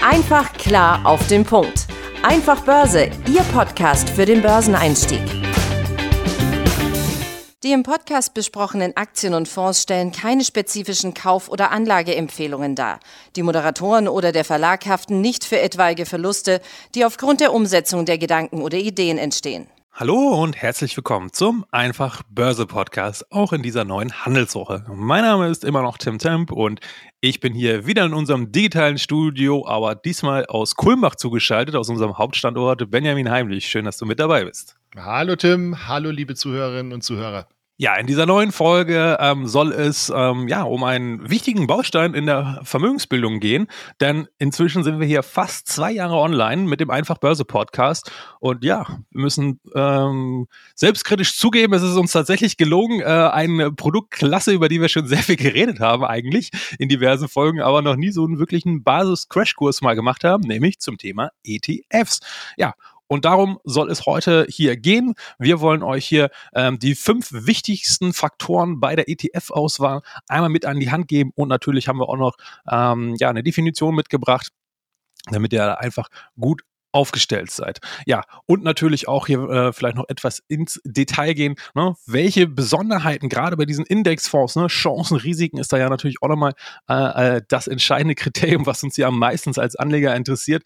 Einfach klar auf den Punkt. Einfach Börse, Ihr Podcast für den Börseneinstieg. Die im Podcast besprochenen Aktien und Fonds stellen keine spezifischen Kauf- oder Anlageempfehlungen dar. Die Moderatoren oder der Verlag haften nicht für etwaige Verluste, die aufgrund der Umsetzung der Gedanken oder Ideen entstehen. Hallo und herzlich willkommen zum Einfach Börse Podcast, auch in dieser neuen Handelswoche. Mein Name ist immer noch Tim Temp und ich bin hier wieder in unserem digitalen Studio, aber diesmal aus Kulmbach zugeschaltet, aus unserem Hauptstandort Benjamin Heimlich. Schön, dass du mit dabei bist. Hallo Tim, hallo liebe Zuhörerinnen und Zuhörer. Ja, in dieser neuen Folge soll es um einen wichtigen Baustein in der Vermögensbildung gehen, denn inzwischen sind wir hier fast 2 Jahre online mit dem Einfach Börse Podcast und ja, wir müssen selbstkritisch zugeben, es ist uns tatsächlich gelungen, eine Produktklasse, über die wir schon sehr viel geredet haben eigentlich in diversen Folgen, aber noch nie so einen wirklichen Basis-Crashkurs mal gemacht haben, nämlich zum Thema ETFs. Ja, und darum soll es heute hier gehen. Wir wollen euch hier die 5 wichtigsten Faktoren bei der ETF-Auswahl einmal mit an die Hand geben. Und natürlich haben wir auch noch eine Definition mitgebracht, damit ihr einfach gut aufgestellt seid. Ja, und natürlich auch hier vielleicht noch etwas ins Detail gehen, ne? Welche Besonderheiten gerade bei diesen Indexfonds, ne? Chancen, Risiken ist da ja natürlich auch nochmal das entscheidende Kriterium, was uns ja am meisten als Anleger interessiert.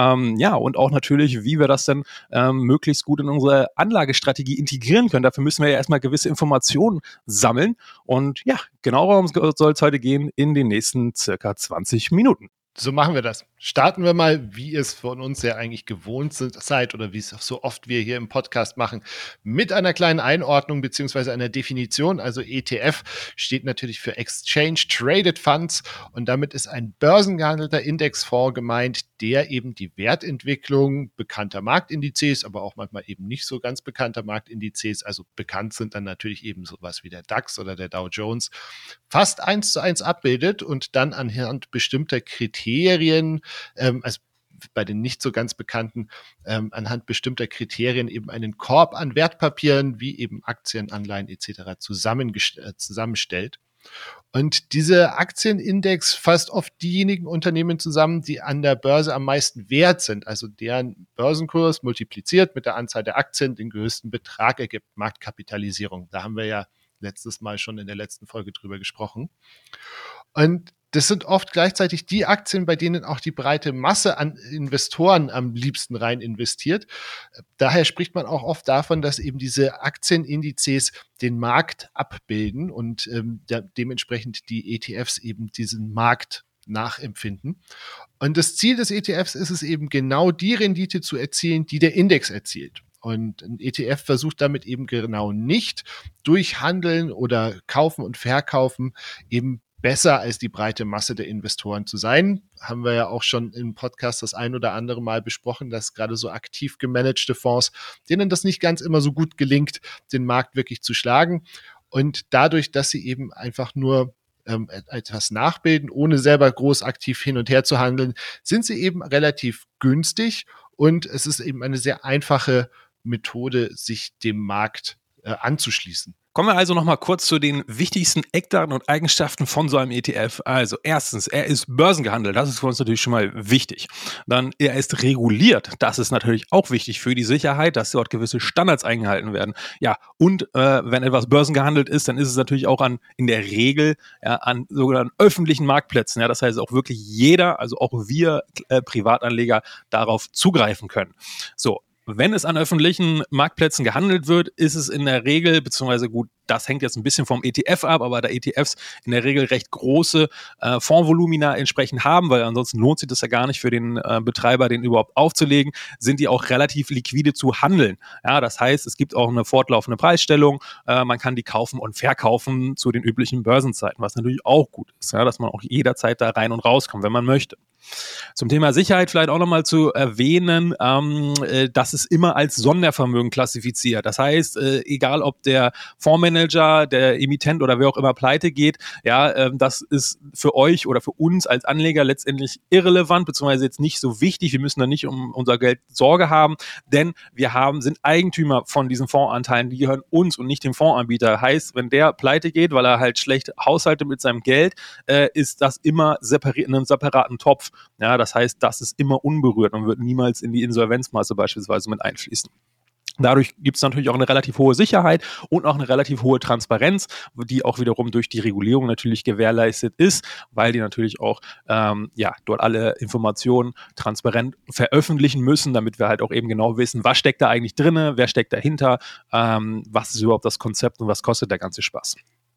Und auch natürlich, wie wir das dann möglichst gut in unsere Anlagestrategie integrieren können. Dafür müssen wir ja erstmal gewisse Informationen sammeln. Und ja, genau darum soll es heute gehen in den nächsten circa 20 Minuten. So machen wir das. Starten wir mal, wie es von uns ja eigentlich gewohnt seid oder wie es auch so oft wir hier im Podcast machen, mit einer kleinen Einordnung beziehungsweise einer Definition. Also ETF steht natürlich für Exchange Traded Funds und damit ist ein börsengehandelter Indexfonds gemeint, der eben die Wertentwicklung bekannter Marktindizes, aber auch manchmal eben nicht so ganz bekannter Marktindizes, also bekannt sind dann natürlich eben sowas wie der DAX oder der Dow Jones, fast 1:1 abbildet und dann anhand bestimmter Kriterien, also bei den nicht so ganz bekannten, anhand bestimmter Kriterien eben einen Korb an Wertpapieren wie eben Aktien, Anleihen etc. zusammenstellt. Und dieser Aktienindex fasst oft diejenigen Unternehmen zusammen, die an der Börse am meisten wert sind, also deren Börsenkurs multipliziert mit der Anzahl der Aktien den größten Betrag ergibt, Marktkapitalisierung. Da haben wir ja letztes Mal schon in der letzten Folge drüber gesprochen. Und das sind oft gleichzeitig die Aktien, bei denen auch die breite Masse an Investoren am liebsten rein investiert. Daher spricht man auch oft davon, dass eben diese Aktienindizes den Markt abbilden und dementsprechend die ETFs eben diesen Markt nachempfinden. Und das Ziel des ETFs ist es eben genau die Rendite zu erzielen, die der Index erzielt. Und ein ETF versucht damit eben genau nicht durch Handeln oder Kaufen und Verkaufen eben besser als die breite Masse der Investoren zu sein. Haben wir ja auch schon im Podcast das ein oder andere Mal besprochen, dass gerade so aktiv gemanagte Fonds, denen das nicht ganz immer so gut gelingt, den Markt wirklich zu schlagen. Und dadurch, dass sie eben einfach nur etwas nachbilden, ohne selber groß aktiv hin und her zu handeln, sind sie eben relativ günstig und es ist eben eine sehr einfache Methode, sich dem Markt anzuschließen. Kommen wir also nochmal kurz zu den wichtigsten Eckdaten und Eigenschaften von so einem ETF. Also erstens, er ist börsengehandelt, das ist für uns natürlich schon mal wichtig. Dann, er ist reguliert, das ist natürlich auch wichtig für die Sicherheit, dass dort gewisse Standards eingehalten werden. Ja, und wenn etwas börsengehandelt ist, dann ist es natürlich auch in der Regel an sogenannten öffentlichen Marktplätzen. Ja, das heißt auch wirklich jeder, also auch wir Privatanleger, darauf zugreifen können. So. Wenn es an öffentlichen Marktplätzen gehandelt wird, ist es in der Regel, beziehungsweise gut, das hängt jetzt ein bisschen vom ETF ab, aber da ETFs in der Regel recht große Fondsvolumina entsprechend haben, weil ansonsten lohnt sich das ja gar nicht für den Betreiber, den überhaupt aufzulegen, sind die auch relativ liquide zu handeln. Ja, das heißt, es gibt auch eine fortlaufende Preisstellung, man kann die kaufen und verkaufen zu den üblichen Börsenzeiten, was natürlich auch gut ist, ja, dass man auch jederzeit da rein und rauskommt, wenn man möchte. Zum Thema Sicherheit vielleicht auch nochmal zu erwähnen, dass es immer als Sondervermögen klassifiziert. Das heißt, egal ob der Fondsmanager Fondsmanager, der Emittent oder wer auch immer pleite geht, ja, das ist für euch oder für uns als Anleger letztendlich irrelevant, beziehungsweise jetzt nicht so wichtig. Wir müssen da nicht um unser Geld Sorge haben, denn wir sind Eigentümer von diesen Fondsanteilen, die gehören uns und nicht dem Fondsanbieter. Heißt, wenn der pleite geht, weil er halt schlecht haushaltet mit seinem Geld, ist das immer separiert in einem separaten Topf. Ja, das heißt, das ist immer unberührt und wird niemals in die Insolvenzmasse beispielsweise mit einfließen. Dadurch gibt es natürlich auch eine relativ hohe Sicherheit und auch eine relativ hohe Transparenz, die auch wiederum durch die Regulierung natürlich gewährleistet ist, weil die natürlich auch dort alle Informationen transparent veröffentlichen müssen, damit wir halt auch eben genau wissen, was steckt da eigentlich drin, wer steckt dahinter, was ist überhaupt das Konzept und was kostet der ganze Spaß.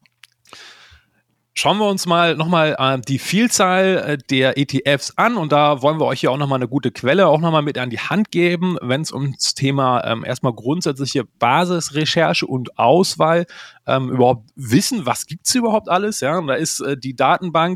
Schauen wir uns mal nochmal die Vielzahl der ETFs an und da wollen wir euch hier auch nochmal eine gute Quelle auch nochmal mit an die Hand geben, wenn es ums Thema erstmal grundsätzliche Basisrecherche und Auswahl überhaupt wissen, was gibt es überhaupt alles. Ja? Und da ist die Datenbank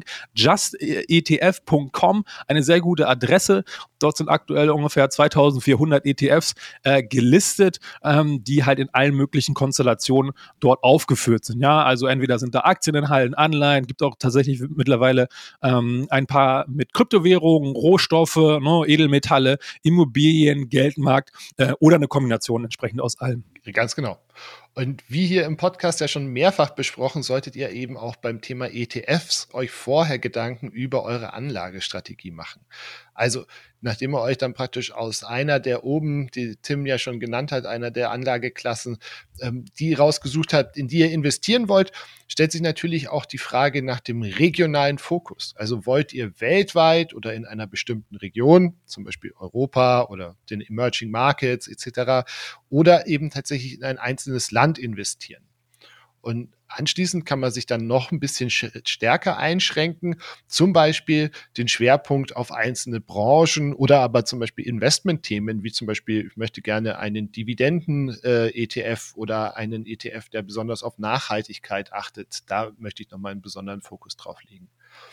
justetf.com eine sehr gute Adresse. Dort sind aktuell ungefähr 2400 ETFs gelistet, die halt in allen möglichen Konstellationen dort aufgeführt sind. Ja? Also entweder sind da Aktien enthalten, Anleihen, gibt auch tatsächlich mittlerweile ein paar mit Kryptowährungen, Rohstoffe, Edelmetalle, Immobilien, Geldmarkt oder eine Kombination entsprechend aus allem. Ganz genau. Und wie hier im Podcast ja schon mehrfach besprochen, solltet ihr eben auch beim Thema ETFs euch vorher Gedanken über eure Anlagestrategie machen. Also, nachdem ihr euch dann praktisch aus einer der oben, die Tim ja schon genannt hat, einer der Anlageklassen, die rausgesucht habt, in die ihr investieren wollt, stellt sich natürlich auch die Frage nach dem regionalen Fokus. Also wollt ihr weltweit oder in einer bestimmten Region, zum Beispiel Europa oder den Emerging Markets etc., oder eben tatsächlich in ein einzelnes Land investieren. Und anschließend kann man sich dann noch ein bisschen stärker einschränken, zum Beispiel den Schwerpunkt auf einzelne Branchen oder aber zum Beispiel Investmentthemen, wie zum Beispiel, ich möchte gerne einen Dividenden-ETF oder einen ETF, der besonders auf Nachhaltigkeit achtet. Da möchte ich nochmal einen besonderen Fokus drauf legen.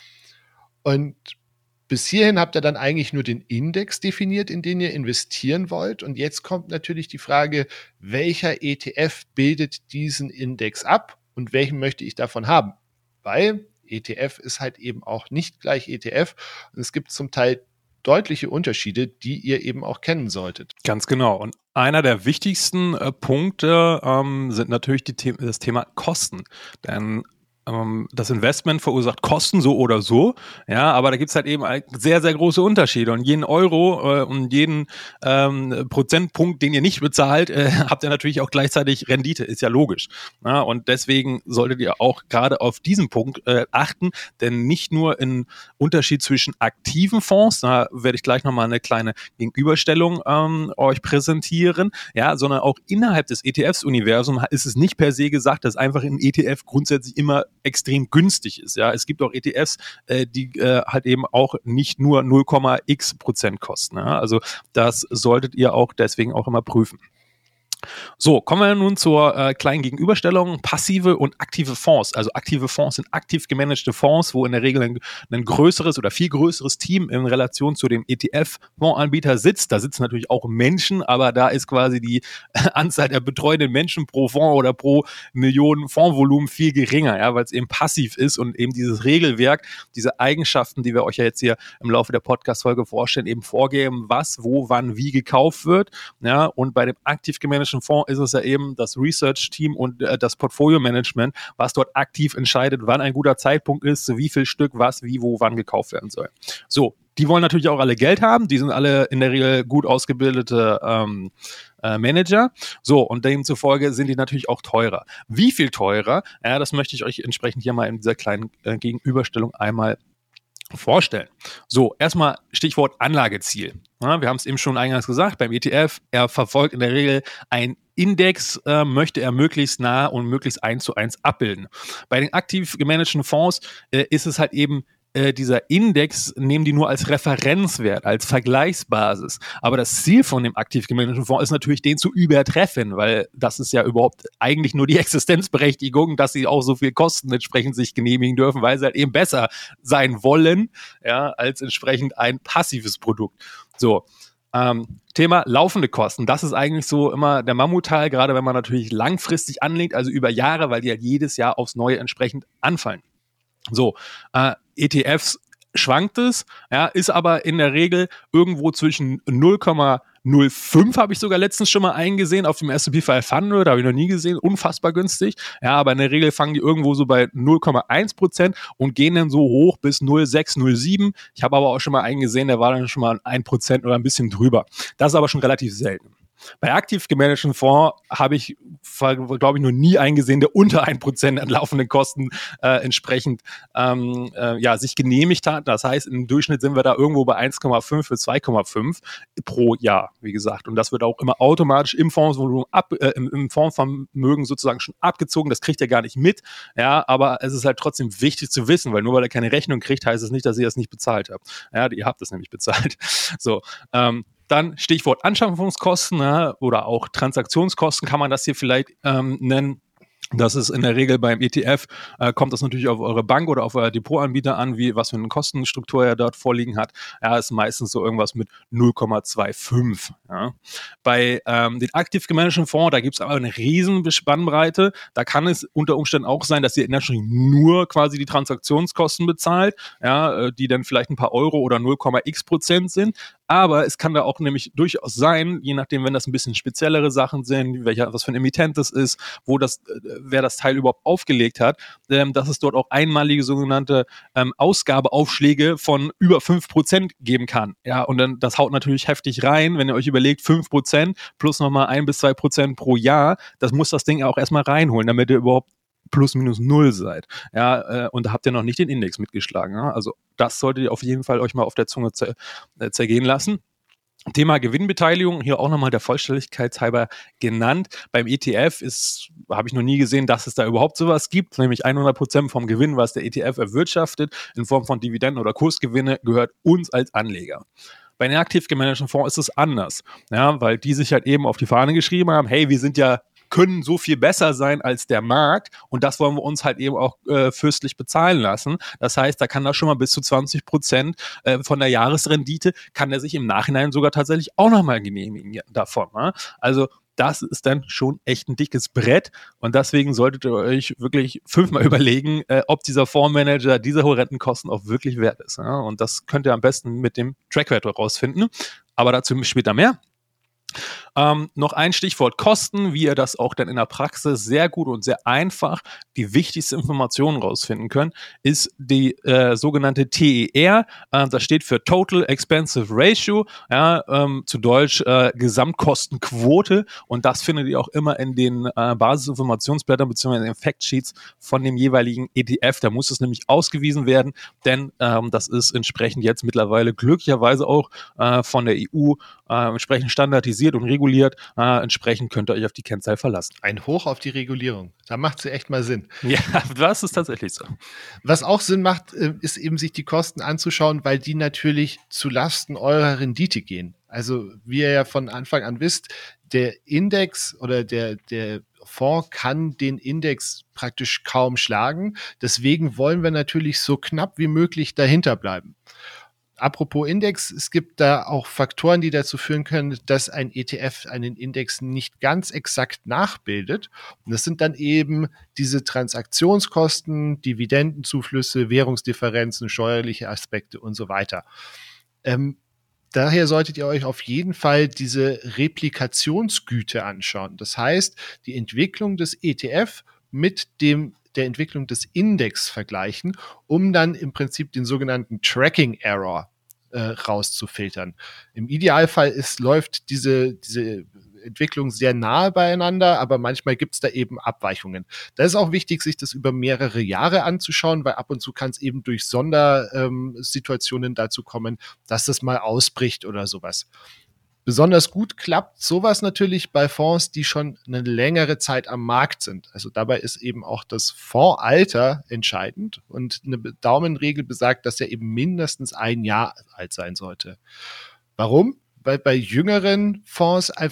Und bis hierhin habt ihr dann eigentlich nur den Index definiert, in den ihr investieren wollt. Und jetzt kommt natürlich die Frage, welcher ETF bildet diesen Index ab und welchen möchte ich davon haben? Weil ETF ist halt eben auch nicht gleich ETF. Und es gibt zum Teil deutliche Unterschiede, die ihr eben auch kennen solltet. Ganz genau. Und einer der wichtigsten Punkte sind natürlich das Thema Kosten. Denn das Investment verursacht Kosten so oder so, ja, aber da gibt es halt eben sehr, sehr große Unterschiede und jeden Euro und jeden Prozentpunkt, den ihr nicht bezahlt, habt ihr natürlich auch gleichzeitig Rendite, ist ja logisch. Ja, und deswegen solltet ihr auch gerade auf diesen Punkt achten, denn nicht nur im Unterschied zwischen aktiven Fonds, da werde ich gleich nochmal eine kleine Gegenüberstellung euch präsentieren, ja, sondern auch innerhalb des ETFs-Universums ist es nicht per se gesagt, dass einfach ein ETF grundsätzlich immer extrem günstig ist. Ja, es gibt auch ETFs, die halt eben auch nicht nur 0,x% kosten. Ja? Also das solltet ihr auch deswegen auch immer prüfen. So, kommen wir nun zur kleinen Gegenüberstellung. Passive und aktive Fonds. Also aktive Fonds sind aktiv gemanagte Fonds, wo in der Regel ein größeres oder viel größeres Team in Relation zu dem ETF-Fondsanbieter sitzt. Da sitzen natürlich auch Menschen, aber da ist quasi die Anzahl der betreuenden Menschen pro Fonds oder pro Million Fondsvolumen viel geringer, ja, weil es eben passiv ist und eben dieses Regelwerk, diese Eigenschaften, die wir euch ja jetzt hier im Laufe der Podcast-Folge vorstellen, eben vorgeben, was, wo, wann, wie gekauft wird. Ja, und bei dem aktiv gemanagten Fonds ist es ja eben das Research-Team und das Portfolio-Management, was dort aktiv entscheidet, wann ein guter Zeitpunkt ist, wie viel Stück, was, wie, wo, wann gekauft werden soll. So, die wollen natürlich auch alle Geld haben, die sind alle in der Regel gut ausgebildete Manager. So, und demzufolge sind die natürlich auch teurer. Wie viel teurer? Ja, das möchte ich euch entsprechend hier mal in dieser kleinen Gegenüberstellung einmal vorstellen. So, erstmal Stichwort Anlageziel. Ja, wir haben es eben schon eingangs gesagt, beim ETF, er verfolgt in der Regel ein Index, möchte er möglichst nah und möglichst 1:1 abbilden. Bei den aktiv gemanagten Fonds ist es halt eben dieser Index, nehmen die nur als Referenzwert, als Vergleichsbasis. Aber das Ziel von dem aktiv gemanagten Fonds ist natürlich, den zu übertreffen, weil das ist ja überhaupt eigentlich nur die Existenzberechtigung, dass sie auch so viel Kosten entsprechend sich genehmigen dürfen, weil sie halt eben besser sein wollen, ja, als entsprechend ein passives Produkt. So. Thema laufende Kosten. Das ist eigentlich so immer der Mammutteil, gerade wenn man natürlich langfristig anlegt, also über Jahre, weil die halt jedes Jahr aufs Neue entsprechend anfallen. So, ETFs schwankt es, ja, ist aber in der Regel irgendwo zwischen 0,05 habe ich sogar letztens schon mal eingesehen auf dem S&P 500, habe ich noch nie gesehen, unfassbar günstig. Ja, aber in der Regel fangen die irgendwo so bei 0,1% und gehen dann so hoch bis 0,6, 0,7. Ich habe aber auch schon mal eingesehen, der war dann schon mal 1% oder ein bisschen drüber. Das ist aber schon relativ selten. Bei aktiv gemanagten Fonds habe ich, glaube ich, noch nie eingesehen, der unter 1% an laufenden Kosten entsprechend sich genehmigt hat. Das heißt, im Durchschnitt sind wir da irgendwo bei 1,5 bis 2,5 pro Jahr, wie gesagt. Und das wird auch immer automatisch im Fondsvolumen im Fondsvermögen sozusagen schon abgezogen. Das kriegt ihr gar nicht mit. Ja, aber es ist halt trotzdem wichtig zu wissen, weil nur weil ihr keine Rechnung kriegt, heißt es nicht, dass ihr das nicht bezahlt habt. Ja, ihr habt es nämlich bezahlt. So, dann Stichwort Anschaffungskosten, oder auch Transaktionskosten kann man das hier vielleicht nennen. Das ist in der Regel beim ETF, kommt das natürlich auf eure Bank oder auf euer Depotanbieter an, was für eine Kostenstruktur er dort vorliegen hat. Ja, ist meistens so irgendwas mit 0,25. Ja. Bei den aktiv gemanagten Fonds, da gibt es aber eine riesen Spannbreite. Da kann es unter Umständen auch sein, dass ihr natürlich nur quasi die Transaktionskosten bezahlt, ja, die dann vielleicht ein paar Euro oder 0,x% sind. Aber es kann da auch nämlich durchaus sein, je nachdem, wenn das ein bisschen speziellere Sachen sind, was für ein Emittent das ist, wer das Teil überhaupt aufgelegt hat, dass es dort auch einmalige sogenannte Ausgabeaufschläge von über 5% geben kann. Ja, und dann, das haut natürlich heftig rein, wenn ihr euch überlegt, 5% plus nochmal 1 bis 2% pro Jahr, das muss das Ding auch erstmal reinholen, damit ihr überhaupt plus minus null seid. Ja, und da habt ihr noch nicht den Index mitgeschlagen. Ja? Also das solltet ihr auf jeden Fall euch mal auf der Zunge zergehen lassen. Thema Gewinnbeteiligung, hier auch nochmal der Vollständigkeit halber genannt. Beim ETF habe ich noch nie gesehen, dass es da überhaupt sowas gibt, nämlich 100% vom Gewinn, was der ETF erwirtschaftet, in Form von Dividenden oder Kursgewinne, gehört uns als Anleger. Bei den aktiv gemanagten Fonds ist es anders, ja, weil die sich halt eben auf die Fahne geschrieben haben, hey, können so viel besser sein als der Markt und das wollen wir uns halt eben auch fürstlich bezahlen lassen. Das heißt, da kann da schon mal bis zu 20% von der Jahresrendite, kann er sich im Nachhinein sogar tatsächlich auch nochmal genehmigen davon. Ne? Also das ist dann schon echt ein dickes Brett und deswegen solltet ihr euch wirklich 5-mal überlegen, ob dieser Fondsmanager diese horrenden Kosten auch wirklich wert ist. Ja? Und das könnt ihr am besten mit dem Trackwert rausfinden. Aber dazu später mehr. Noch ein Stichwort Kosten, wie ihr das auch dann in der Praxis sehr gut und sehr einfach die wichtigste Information rausfinden könnt, ist die sogenannte TER. Das steht für Total Expensive Ratio, ja, zu Deutsch Gesamtkostenquote und das findet ihr auch immer in den Basisinformationsblättern bzw. in den Factsheets von dem jeweiligen ETF. Da muss es nämlich ausgewiesen werden, denn das ist entsprechend jetzt mittlerweile glücklicherweise auch von der EU entsprechend standardisiert und reguliert. Entsprechend könnt ihr euch auf die Kennzahl verlassen. Ein Hoch auf die Regulierung. Da macht sie echt mal Sinn. Ja, das ist tatsächlich so. Was auch Sinn macht, ist eben sich die Kosten anzuschauen, weil die natürlich zu Lasten eurer Rendite gehen. Also wie ihr ja von Anfang an wisst, der Index oder der Fonds kann den Index praktisch kaum schlagen. Deswegen wollen wir natürlich so knapp wie möglich dahinter bleiben. Apropos Index, es gibt da auch Faktoren, die dazu führen können, dass ein ETF einen Index nicht ganz exakt nachbildet. Und das sind dann eben diese Transaktionskosten, Dividendenzuflüsse, Währungsdifferenzen, steuerliche Aspekte und so weiter. Daher solltet ihr euch auf jeden Fall diese Replikationsgüte anschauen. Das heißt, die Entwicklung des ETF mit der Entwicklung des Index vergleichen, um dann im Prinzip den sogenannten Tracking Error rauszufiltern. Im Idealfall läuft diese Entwicklung sehr nahe beieinander, aber manchmal gibt es da eben Abweichungen. Da ist auch wichtig, sich das über mehrere Jahre anzuschauen, weil ab und zu kann es eben durch Sondersituationen dazu kommen, dass das mal ausbricht oder sowas. Besonders gut klappt sowas natürlich bei Fonds, die schon eine längere Zeit am Markt sind. Also dabei ist eben auch das Fondsalter entscheidend und eine Daumenregel besagt, dass er eben mindestens 1 Jahr alt sein sollte. Warum? Weil bei jüngeren Fonds einfach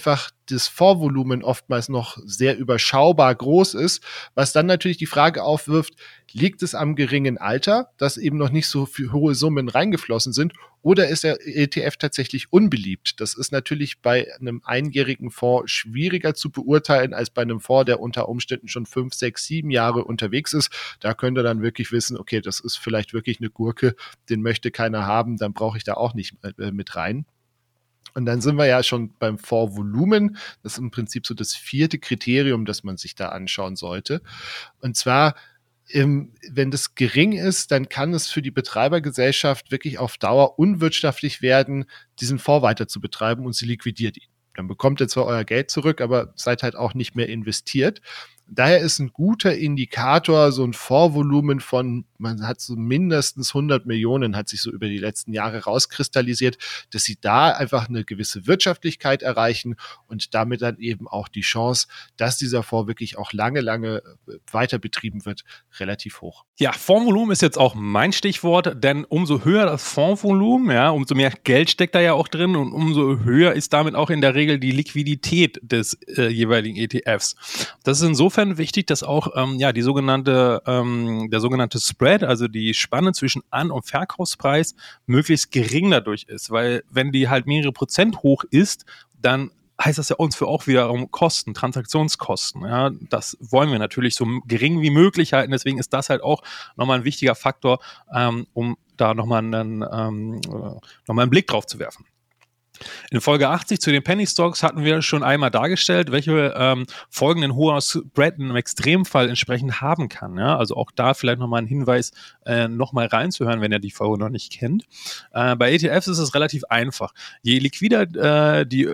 das Fondsvolumen oftmals noch sehr überschaubar groß ist, was dann natürlich die Frage aufwirft, liegt es am geringen Alter, dass eben noch nicht so viel hohe Summen reingeflossen sind, oder ist der ETF tatsächlich unbeliebt? Das ist natürlich bei einem einjährigen Fonds schwieriger zu beurteilen als bei einem Fonds, der unter Umständen schon 5, 6, 7 Jahre unterwegs ist. Da könnt ihr dann wirklich wissen, okay, das ist vielleicht wirklich eine Gurke, den möchte keiner haben, dann brauche ich da auch nicht mit rein. Und dann sind wir ja schon beim Fondsvolumen. Das ist im Prinzip so das 4. Kriterium, das man sich da anschauen sollte. Und zwar, wenn das gering ist, dann kann es für die Betreibergesellschaft wirklich auf Dauer unwirtschaftlich werden, diesen Fonds weiter zu betreiben, und sie liquidiert ihn. Dann bekommt ihr zwar euer Geld zurück, aber seid halt auch nicht mehr investiert. Daher ist ein guter Indikator so ein Fondsvolumen von, man hat so mindestens 100 Millionen, hat sich so über die letzten Jahre rauskristallisiert, dass sie da einfach eine gewisse Wirtschaftlichkeit erreichen und damit dann eben auch die Chance, dass dieser Fonds wirklich auch lange weiter betrieben wird, relativ hoch. Ja, Fondsvolumen ist jetzt auch mein Stichwort, denn umso höher das Fondsvolumen, ja, umso mehr Geld steckt da ja auch drin und umso höher ist damit auch in der Regel die Liquidität des jeweiligen ETFs. Das ist insofern wichtig, dass auch der sogenannte Spread, also die Spanne zwischen An- und Verkaufspreis, möglichst gering dadurch ist, weil wenn die halt mehrere Prozent hoch ist, dann heißt das ja uns für auch wiederum Kosten, Transaktionskosten. Ja, das wollen wir natürlich so gering wie möglich halten. Deswegen ist das halt auch nochmal ein wichtiger Faktor, um da nochmal einen Blick drauf zu werfen. In Folge 80 zu den Penny Stocks hatten wir schon einmal dargestellt, welche Folgen ein hoher Spread im Extremfall entsprechend haben kann. Ja? Also auch da vielleicht nochmal ein Hinweis, nochmal reinzuhören, wenn ihr die Folge noch nicht kennt. Bei ETFs ist es relativ einfach. Je liquider die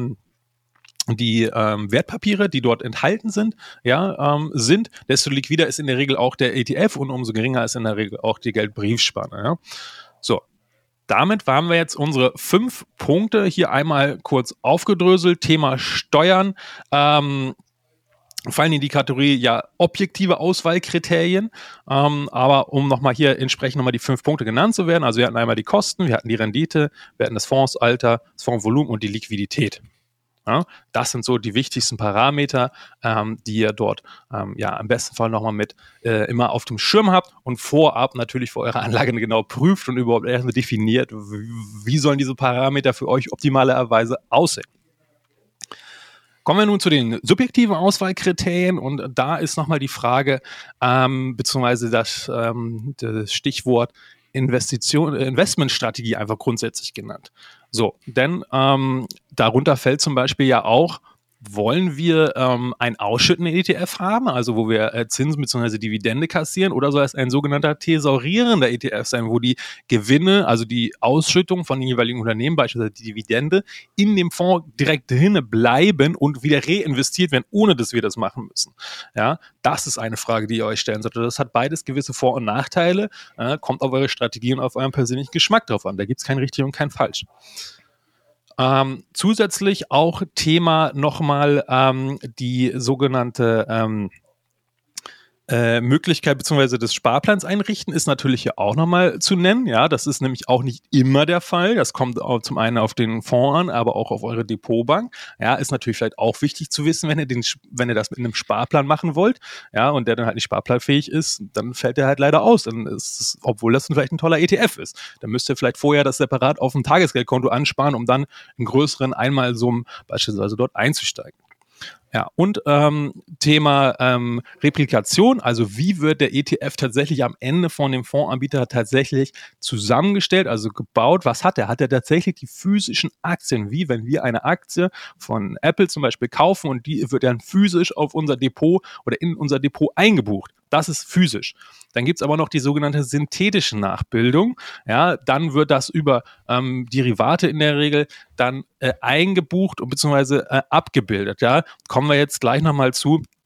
Wertpapiere, die dort enthalten sind, desto liquider ist in der Regel auch der ETF und umso geringer ist in der Regel auch die Geldbriefspanne. Ja? So. Damit haben wir jetzt unsere 5 Punkte hier einmal kurz aufgedröselt. Thema Steuern fallen in die Kategorie objektive Auswahlkriterien. Aber um nochmal hier entsprechend nochmal die 5 Punkte genannt zu werden, also wir hatten einmal die Kosten, wir hatten die Rendite, wir hatten das Fondsalter, das Fondsvolumen und die Liquidität. Ja, das sind so die wichtigsten Parameter, die ihr dort am besten Fall nochmal mit immer auf dem Schirm habt und vorab natürlich für eure Anlage genau prüft und überhaupt erstmal definiert, wie sollen diese Parameter für euch optimalerweise aussehen. Kommen wir nun zu den subjektiven Auswahlkriterien und da ist nochmal die Frage, beziehungsweise das Stichwort Investmentstrategie einfach grundsätzlich genannt. So, denn darunter fällt zum Beispiel ja auch, wollen wir einen ausschüttenden ETF haben, also wo wir Zinsen bzw. Dividende kassieren, oder soll es ein sogenannter thesaurierender ETF sein, wo die Gewinne, also die Ausschüttung von den jeweiligen Unternehmen, beispielsweise die Dividende, in dem Fonds direkt drinne bleiben und wieder reinvestiert werden, ohne dass wir das machen müssen. Ja, das ist eine Frage, die ihr euch stellen solltet. Das hat beides gewisse Vor- und Nachteile, kommt auf eure Strategie und auf euren persönlichen Geschmack drauf an. Da gibt es kein richtig und kein falsch. Zusätzlich auch Thema nochmal die sogenannte Möglichkeit bzw. des Sparplans einrichten ist natürlich hier auch nochmal zu nennen. Ja, das ist nämlich auch nicht immer der Fall. Das kommt auch zum einen auf den Fonds an, aber auch auf eure Depotbank. Ja, ist natürlich vielleicht auch wichtig zu wissen, wenn ihr das mit einem Sparplan machen wollt, ja, und der dann halt nicht sparplanfähig ist, dann fällt der halt leider aus. Dann ist es, obwohl das vielleicht ein toller ETF ist. Dann müsst ihr vielleicht vorher das separat auf dem Tagesgeldkonto ansparen, um dann in größeren Einmalsummen beispielsweise dort einzusteigen. Ja, und Thema Replikation, also wie wird der ETF tatsächlich am Ende von dem Fondsanbieter tatsächlich zusammengestellt, also gebaut? Was hat er? Hat er tatsächlich die physischen Aktien, wie wenn wir eine Aktie von Apple zum Beispiel kaufen und die wird dann physisch auf unser Depot oder in unser Depot eingebucht? Das ist physisch. Dann gibt es aber noch die sogenannte synthetische Nachbildung. Ja, dann wird das über Derivate in der Regel dann eingebucht und beziehungsweise abgebildet. Ja, kommen wir jetzt gleich nochmal zu,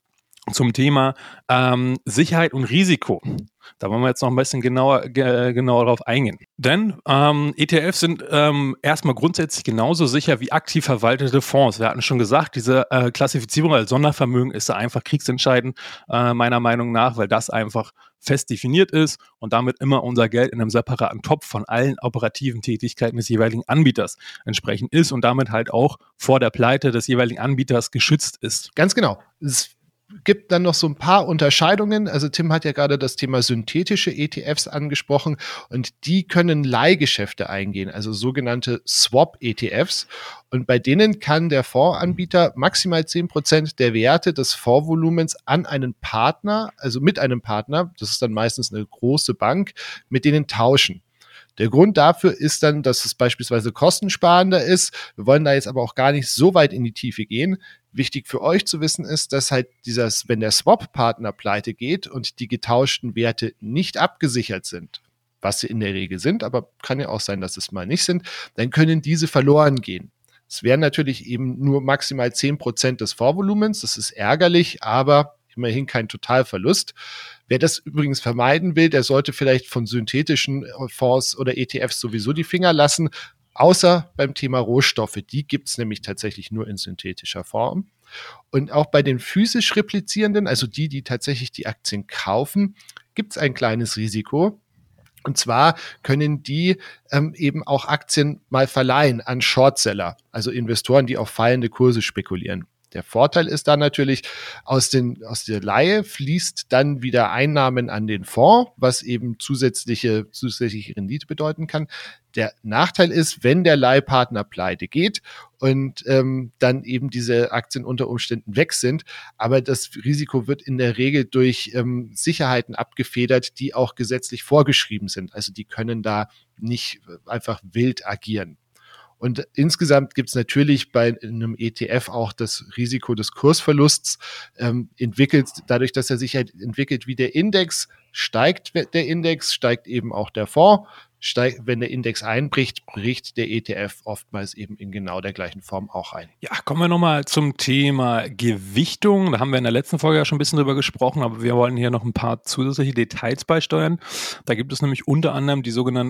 zum Thema Sicherheit und Risiko. Da wollen wir jetzt noch ein bisschen genauer darauf eingehen. Denn ETFs sind erstmal grundsätzlich genauso sicher wie aktiv verwaltete Fonds. Wir hatten schon gesagt, diese Klassifizierung als Sondervermögen ist da einfach kriegsentscheidend, meiner Meinung nach, weil das einfach fest definiert ist und damit immer unser Geld in einem separaten Topf von allen operativen Tätigkeiten des jeweiligen Anbieters entsprechend ist und damit halt auch vor der Pleite des jeweiligen Anbieters geschützt ist. Ganz genau. Es gibt dann noch so ein paar Unterscheidungen. Also Tim hat ja gerade das Thema synthetische ETFs angesprochen und die können Leihgeschäfte eingehen, also sogenannte Swap-ETFs. Und bei denen kann der Fondsanbieter maximal 10% der Werte des Fondsvolumens an einen Partner, also mit einem Partner, das ist dann meistens eine große Bank, mit denen tauschen. Der Grund dafür ist dann, dass es beispielsweise kostensparender ist. Wir wollen da jetzt aber auch gar nicht so weit in die Tiefe gehen. Wichtig für euch zu wissen ist, dass halt wenn der Swap-Partner pleite geht und die getauschten Werte nicht abgesichert sind, was sie in der Regel sind, aber kann ja auch sein, dass es mal nicht sind, dann können diese verloren gehen. Es wären natürlich eben nur maximal 10% des Fondsvolumens. Das ist ärgerlich, aber immerhin kein Totalverlust. Wer das übrigens vermeiden will, der sollte vielleicht von synthetischen Fonds oder ETFs sowieso die Finger lassen, außer beim Thema Rohstoffe. Die gibt es nämlich tatsächlich nur in synthetischer Form. Und auch bei den physisch replizierenden, also die tatsächlich die Aktien kaufen, gibt es ein kleines Risiko. Und zwar können die eben auch Aktien mal verleihen an Shortseller, also Investoren, die auf fallende Kurse spekulieren. Der Vorteil ist dann natürlich, aus der Leihe fließt dann wieder Einnahmen an den Fonds, was eben zusätzliche Rendite bedeuten kann. Der Nachteil ist, wenn der Leihpartner pleite geht und dann eben diese Aktien unter Umständen weg sind, aber das Risiko wird in der Regel durch Sicherheiten abgefedert, die auch gesetzlich vorgeschrieben sind. Also die können da nicht einfach wild agieren. Und insgesamt gibt es natürlich bei einem ETF auch das Risiko des Kursverlusts entwickelt. Dadurch, dass er sich halt entwickelt wie der Index, steigt der Index, steigt eben auch der Fonds. Wenn der Index einbricht, bricht der ETF oftmals eben in genau der gleichen Form auch ein. Ja, kommen wir nochmal zum Thema Gewichtung. Da haben wir in der letzten Folge ja schon ein bisschen drüber gesprochen, aber wir wollen hier noch ein paar zusätzliche Details beisteuern. Da gibt es nämlich unter anderem die sogenannten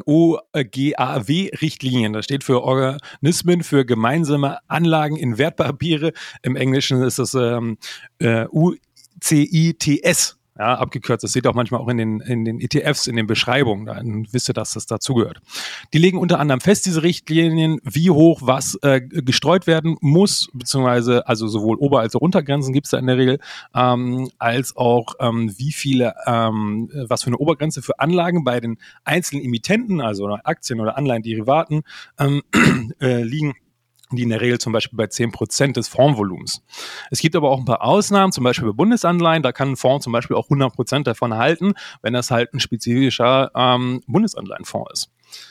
OGAW-Richtlinien. Das steht für Organismen für gemeinsame Anlagen in Wertpapiere. Im Englischen ist das UCITS. Ja, abgekürzt. Das seht ihr auch manchmal auch in den ETFs, in den Beschreibungen. Dann wisst ihr, dass das dazugehört. Die legen unter anderem fest, diese Richtlinien, wie hoch was gestreut werden muss, beziehungsweise also sowohl Ober- als auch Untergrenzen gibt es da in der Regel, als auch wie viele, was für eine Obergrenze für Anlagen bei den einzelnen Emittenten, also Aktien oder Anleihen-Derivaten, liegen, die in der Regel zum Beispiel bei 10% des Fondsvolumens. Es gibt aber auch ein paar Ausnahmen, zum Beispiel bei Bundesanleihen, da kann ein Fonds zum Beispiel auch 100% davon erhalten, wenn das halt ein spezifischer Bundesanleihenfonds ist.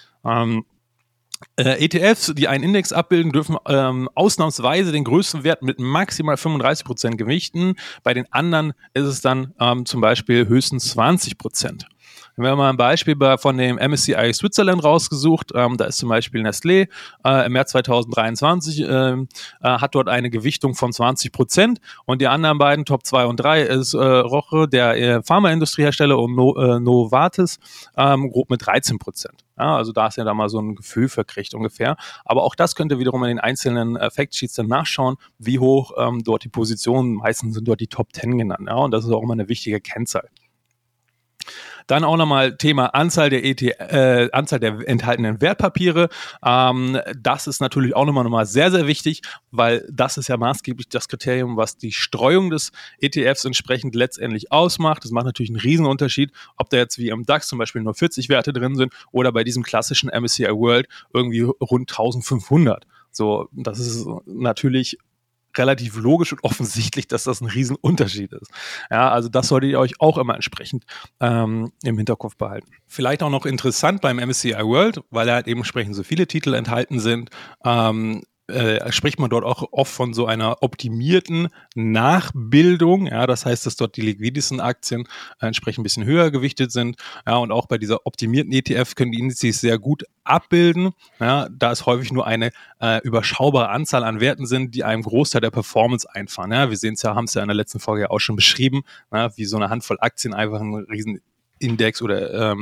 ETFs, die einen Index abbilden, dürfen ausnahmsweise den größten Wert mit maximal 35% gewichten. Bei den anderen ist es dann zum Beispiel höchstens 20%. Wir haben mal ein Beispiel von dem MSCI Switzerland rausgesucht. Da ist zum Beispiel Nestlé im März 2023, hat dort eine Gewichtung von 20%. Und die anderen beiden, Top 2 und 3, ist Roche, der Pharmaindustriehersteller, und Novartis, grob mit 13%. Ja, also da ist ja da mal so ein Gefühl für kriegt ungefähr. Aber auch das könnt ihr wiederum in den einzelnen Factsheets dann nachschauen, wie hoch dort die Positionen, meistens sind dort die Top 10 genannt. Ja, und das ist auch immer eine wichtige Kennzahl. Dann auch nochmal Thema Anzahl der enthaltenen Wertpapiere. Das ist natürlich auch nochmal sehr, sehr wichtig, weil das ist ja maßgeblich das Kriterium, was die Streuung des ETFs entsprechend letztendlich ausmacht. Das macht natürlich einen Riesenunterschied, ob da jetzt wie im DAX zum Beispiel nur 40 Werte drin sind oder bei diesem klassischen MSCI World irgendwie rund 1500. So, das ist natürlich relativ logisch und offensichtlich, dass das ein Riesenunterschied ist. Ja, also das solltet ihr euch auch immer entsprechend im Hinterkopf behalten. Vielleicht auch noch interessant beim MSCI World, weil halt eben entsprechend so viele Titel enthalten sind, spricht man dort auch oft von so einer optimierten Nachbildung. Ja, das heißt, dass dort die liquidesten Aktien entsprechend ein bisschen höher gewichtet sind. Ja, und auch bei dieser optimierten ETF können die Indizes sehr gut abbilden, ja, da es häufig nur eine überschaubare Anzahl an Werten sind, die einem Großteil der Performance einfahren. Ja, wir sehen es ja, haben es ja in der letzten Folge ja auch schon beschrieben, ja, wie so eine Handvoll Aktien einfach einen riesen Index oder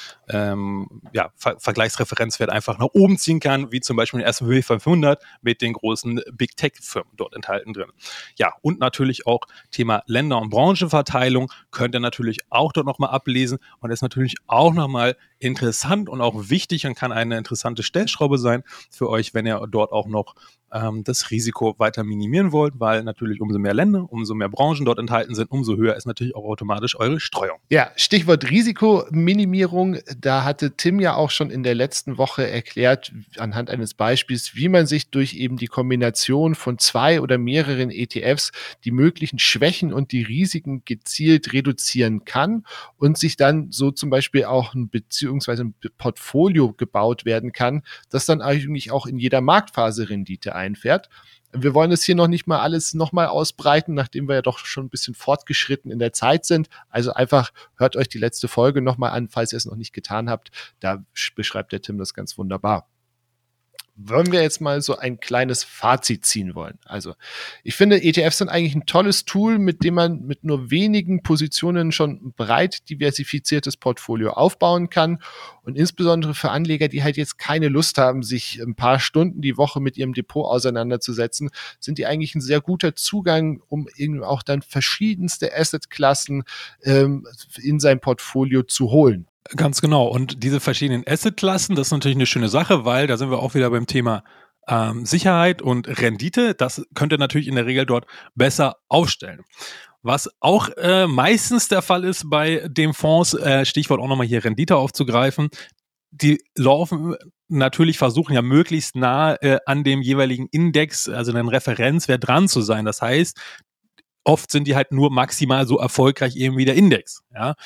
Vergleichsreferenzwert einfach nach oben ziehen kann, wie zum Beispiel den S&P 500 mit den großen Big Tech-Firmen dort enthalten drin. Ja, und natürlich auch Thema Länder- und Branchenverteilung könnt ihr natürlich auch dort nochmal ablesen und das ist natürlich auch nochmal interessant und auch wichtig und kann eine interessante Stellschraube sein für euch, wenn ihr dort auch noch das Risiko weiter minimieren wollt, weil natürlich umso mehr Länder, umso mehr Branchen dort enthalten sind, umso höher ist natürlich auch automatisch eure Streuung. Ja, Stichwort Risikominimierung. Da hatte Tim ja auch schon in der letzten Woche erklärt, anhand eines Beispiels, wie man sich durch eben die Kombination von 2 oder mehreren ETFs die möglichen Schwächen und die Risiken gezielt reduzieren kann und sich dann so zum Beispiel auch ein Portfolio gebaut werden kann, das dann eigentlich auch in jeder Marktphase Rendite einfährt. Wir wollen es hier noch nicht mal alles nochmal ausbreiten, nachdem wir ja doch schon ein bisschen fortgeschritten in der Zeit sind. Also einfach hört euch die letzte Folge nochmal an, falls ihr es noch nicht getan habt. Da beschreibt der Tim das ganz wunderbar. Wollen wir jetzt mal so ein kleines Fazit ziehen wollen. Also ich finde, ETFs sind eigentlich ein tolles Tool, mit dem man mit nur wenigen Positionen schon ein breit diversifiziertes Portfolio aufbauen kann. Und insbesondere für Anleger, die halt jetzt keine Lust haben, sich ein paar Stunden die Woche mit ihrem Depot auseinanderzusetzen, sind die eigentlich ein sehr guter Zugang, um eben auch dann verschiedenste Assetklassen in sein Portfolio zu holen. Ganz genau. Und diese verschiedenen Assetklassen, das ist natürlich eine schöne Sache, weil da sind wir auch wieder beim Thema Sicherheit und Rendite. Das könnt ihr natürlich in der Regel dort besser aufstellen. Was auch meistens der Fall ist bei dem Fonds, Stichwort auch nochmal hier Rendite aufzugreifen, die laufen natürlich, versuchen ja möglichst nah an dem jeweiligen Index, also einen Referenzwert dran zu sein. Das heißt, oft sind die halt nur maximal so erfolgreich eben wie der Index. Ja.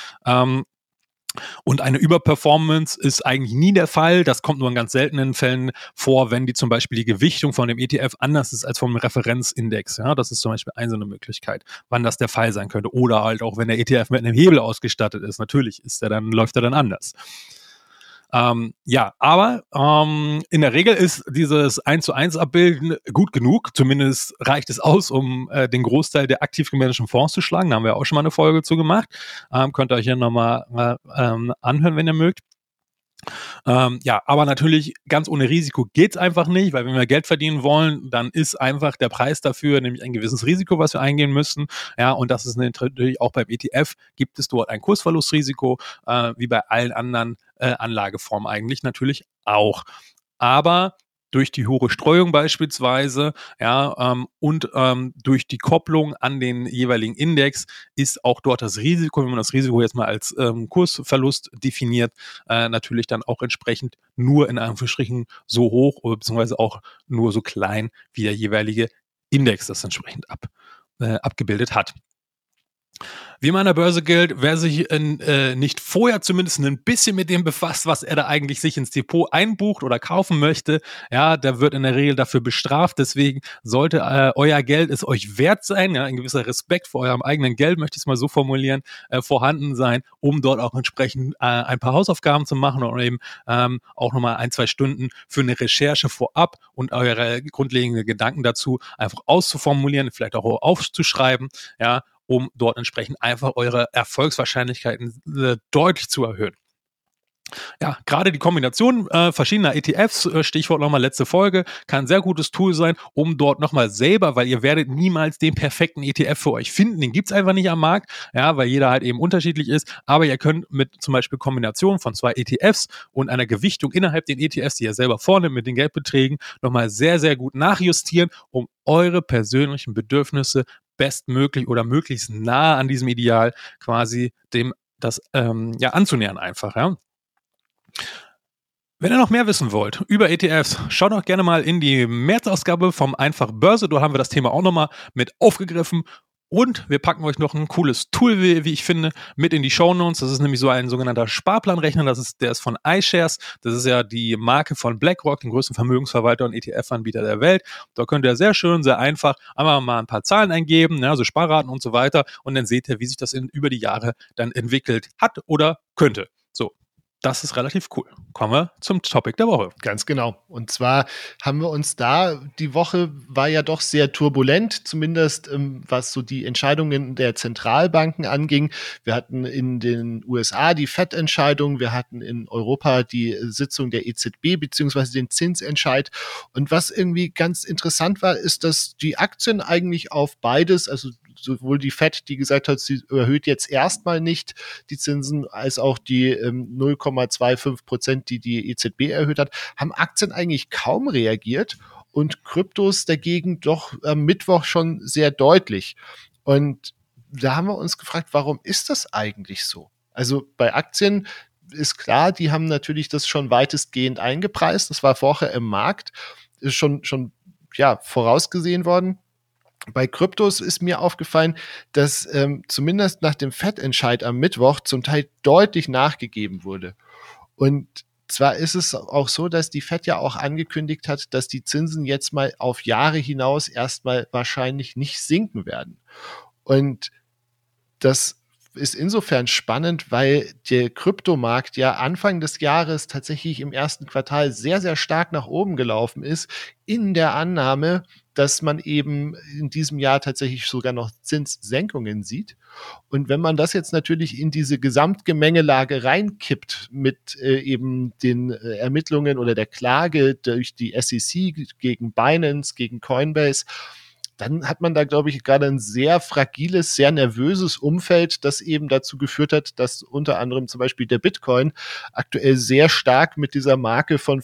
Und eine Überperformance ist eigentlich nie der Fall. Das kommt nur in ganz seltenen Fällen vor, wenn die zum Beispiel die Gewichtung von dem ETF anders ist als vom Referenzindex. Ja, das ist zum Beispiel eine so eine Möglichkeit, wann das der Fall sein könnte. Oder halt auch, wenn der ETF mit einem Hebel ausgestattet ist. Natürlich läuft er dann anders. Aber in der Regel ist dieses 1:1 Abbilden gut genug. Zumindest reicht es aus, um den Großteil der aktiv gemanagten Fonds zu schlagen. Da haben wir auch schon mal eine Folge zu gemacht. Könnt ihr euch hier nochmal anhören, wenn ihr mögt. Aber natürlich ganz ohne Risiko geht's einfach nicht, weil wenn wir Geld verdienen wollen, dann ist einfach der Preis dafür nämlich ein gewisses Risiko, was wir eingehen müssen. Ja, und das ist natürlich auch beim ETF, gibt es dort ein Kursverlustrisiko, wie bei allen anderen Anlageformen eigentlich natürlich auch. Aber durch die hohe Streuung beispielsweise, und durch die Kopplung an den jeweiligen Index ist auch dort das Risiko, wenn man das Risiko jetzt mal als Kursverlust definiert, natürlich dann auch entsprechend nur in Anführungsstrichen so hoch oder beziehungsweise auch nur so klein, wie der jeweilige Index das entsprechend abgebildet hat. Wie man an der Börse gilt, wer sich nicht vorher zumindest ein bisschen mit dem befasst, was er da eigentlich sich ins Depot einbucht oder kaufen möchte, ja, der wird in der Regel dafür bestraft. Deswegen sollte euer Geld es euch wert sein, ja, ein gewisser Respekt vor eurem eigenen Geld, möchte ich es mal so formulieren, vorhanden sein, um dort auch entsprechend ein paar Hausaufgaben zu machen oder eben auch nochmal 1-2 Stunden für eine Recherche vorab und eure grundlegenden Gedanken dazu einfach auszuformulieren, vielleicht auch aufzuschreiben, ja, um dort entsprechend einfach eure Erfolgswahrscheinlichkeiten deutlich zu erhöhen. Ja, gerade die Kombination verschiedener ETFs, Stichwort nochmal letzte Folge, kann ein sehr gutes Tool sein, um dort nochmal selber, weil ihr werdet niemals den perfekten ETF für euch finden, den gibt's einfach nicht am Markt, ja, weil jeder halt eben unterschiedlich ist, aber ihr könnt mit zum Beispiel Kombination von 2 ETFs und einer Gewichtung innerhalb den ETFs, die ihr selber vornimmt mit den Geldbeträgen, nochmal sehr, sehr gut nachjustieren, um eure persönlichen Bedürfnisse bestmöglich oder möglichst nah an diesem Ideal quasi dem das anzunähern einfach, ja. Wenn ihr noch mehr wissen wollt über ETFs, schaut doch gerne mal in die März-Ausgabe vom Einfach Börse. Dort haben wir das Thema auch nochmal mit aufgegriffen. Und wir packen euch noch ein cooles Tool, wie ich finde, mit in die Shownotes. Das ist nämlich so ein sogenannter Sparplanrechner. Der ist von iShares. Das ist ja die Marke von BlackRock, dem größten Vermögensverwalter und ETF-Anbieter der Welt. Da könnt ihr sehr schön, sehr einfach einfach mal ein paar Zahlen eingeben, also Sparraten und so weiter. Und dann seht ihr, wie sich das über die Jahre dann entwickelt hat oder könnte. So. Das ist relativ cool. Kommen wir zum Topic der Woche. Ganz genau. Und zwar haben wir uns die Woche war ja doch sehr turbulent, zumindest was so die Entscheidungen der Zentralbanken anging. Wir hatten in den USA die FED-Entscheidung, wir hatten in Europa die Sitzung der EZB beziehungsweise den Zinsentscheid. Und was irgendwie ganz interessant war, ist, dass die Aktien eigentlich auf beides, also sowohl die FED, die gesagt hat, sie erhöht jetzt erstmal nicht die Zinsen, als auch die 0,25%, die EZB erhöht hat, haben Aktien eigentlich kaum reagiert und Kryptos dagegen doch am Mittwoch schon sehr deutlich. Und da haben wir uns gefragt, warum ist das eigentlich so? Also bei Aktien ist klar, die haben natürlich das schon weitestgehend eingepreist. Das war vorher im Markt, ist schon vorausgesehen worden. Bei Kryptos ist mir aufgefallen, dass zumindest nach dem FED-Entscheid am Mittwoch zum Teil deutlich nachgegeben wurde. Und zwar ist es auch so, dass die FED ja auch angekündigt hat, dass die Zinsen jetzt mal auf Jahre hinaus erstmal wahrscheinlich nicht sinken werden. Und das ist insofern spannend, weil der Kryptomarkt ja Anfang des Jahres tatsächlich im ersten Quartal sehr, sehr stark nach oben gelaufen ist, in der Annahme, dass man eben in diesem Jahr tatsächlich sogar noch Zinssenkungen sieht. Und wenn man das jetzt natürlich in diese Gesamtgemengelage reinkippt mit eben den Ermittlungen oder der Klage durch die SEC gegen Binance, gegen Coinbase, dann hat man da, glaube ich, gerade ein sehr fragiles, sehr nervöses Umfeld, das eben dazu geführt hat, dass unter anderem zum Beispiel der Bitcoin aktuell sehr stark mit dieser Marke von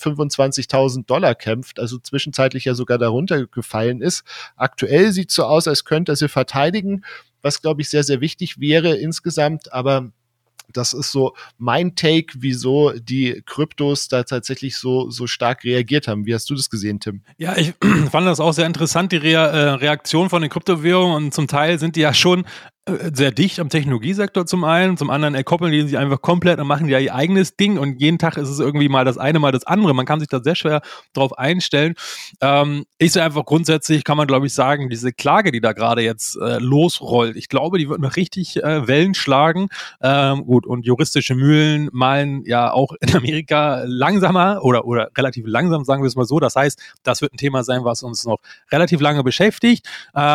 $25.000 kämpft, also zwischenzeitlich ja sogar darunter gefallen ist. Aktuell sieht es so aus, als könnte er sie verteidigen, was, glaube ich, sehr, sehr wichtig wäre insgesamt, aber das ist so mein Take, wieso die Kryptos da tatsächlich so stark reagiert haben. Wie hast du das gesehen, Tim? Ja, ich fand das auch sehr interessant, die Reaktion von den Kryptowährungen, und zum Teil sind die ja schon sehr dicht am Technologiesektor zum einen, zum anderen koppeln die sich einfach komplett und machen ja ihr eigenes Ding und jeden Tag ist es irgendwie mal das eine, mal das andere. Man kann sich da sehr schwer drauf einstellen. Ich sehe einfach grundsätzlich, kann man glaube ich sagen, diese Klage, die da gerade jetzt losrollt, ich glaube, die wird noch richtig Wellen schlagen. Gut, und juristische Mühlen malen ja auch in Amerika langsamer oder relativ langsam, sagen wir es mal so. Das heißt, das wird ein Thema sein, was uns noch relativ lange beschäftigt.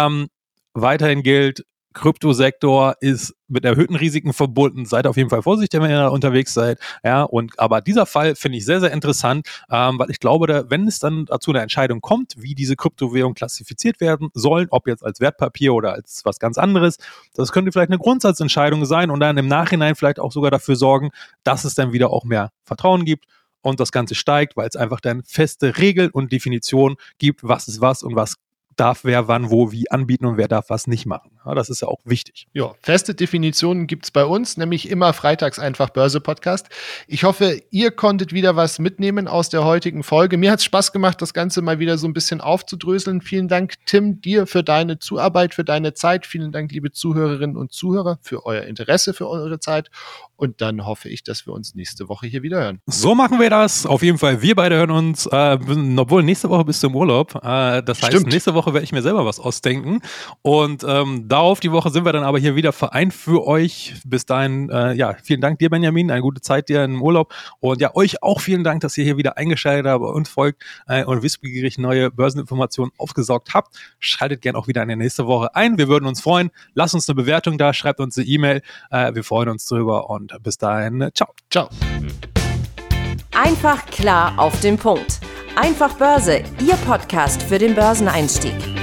Weiterhin gilt, Kryptosektor ist mit erhöhten Risiken verbunden. Seid auf jeden Fall vorsichtig, wenn ihr da unterwegs seid. Ja, aber dieser Fall finde ich sehr, sehr interessant, weil ich glaube, wenn es dann dazu eine Entscheidung kommt, wie diese Kryptowährungen klassifiziert werden sollen, ob jetzt als Wertpapier oder als was ganz anderes, das könnte vielleicht eine Grundsatzentscheidung sein und dann im Nachhinein vielleicht auch sogar dafür sorgen, dass es dann wieder auch mehr Vertrauen gibt und das Ganze steigt, weil es einfach dann feste Regeln und Definitionen gibt, was ist was und was darf wer wann wo wie anbieten und wer darf was nicht machen. Ja, das ist ja auch wichtig. Ja, feste Definitionen gibt es bei uns, nämlich immer freitags einfach Börse-Podcast. Ich hoffe, ihr konntet wieder was mitnehmen aus der heutigen Folge. Mir hat es Spaß gemacht, das Ganze mal wieder so ein bisschen aufzudröseln. Vielen Dank, Tim, dir für deine Zuarbeit, für deine Zeit. Vielen Dank, liebe Zuhörerinnen und Zuhörer, für euer Interesse, für eure Zeit. Und dann hoffe ich, dass wir uns nächste Woche hier wieder hören. So machen wir das. Auf jeden Fall, wir beide hören uns, obwohl nächste Woche bist du im Urlaub. Das heißt, nächste Woche werde ich mir selber was ausdenken. Und darauf die Woche sind wir dann aber hier wieder vereint für euch. Bis dahin, vielen Dank dir, Benjamin. Eine gute Zeit dir im Urlaub. Und ja, euch auch vielen Dank, dass ihr hier wieder eingeschaltet habt und folgt und wissbegierig neue Börseninformationen aufgesaugt habt. Schaltet gerne auch wieder in der nächste Woche ein. Wir würden uns freuen. Lasst uns eine Bewertung da, schreibt uns eine E-Mail. Wir freuen uns drüber und bis dahin, ciao. Ciao. Einfach klar auf den Punkt. Einfach Börse, Ihr Podcast für den Börseneinstieg.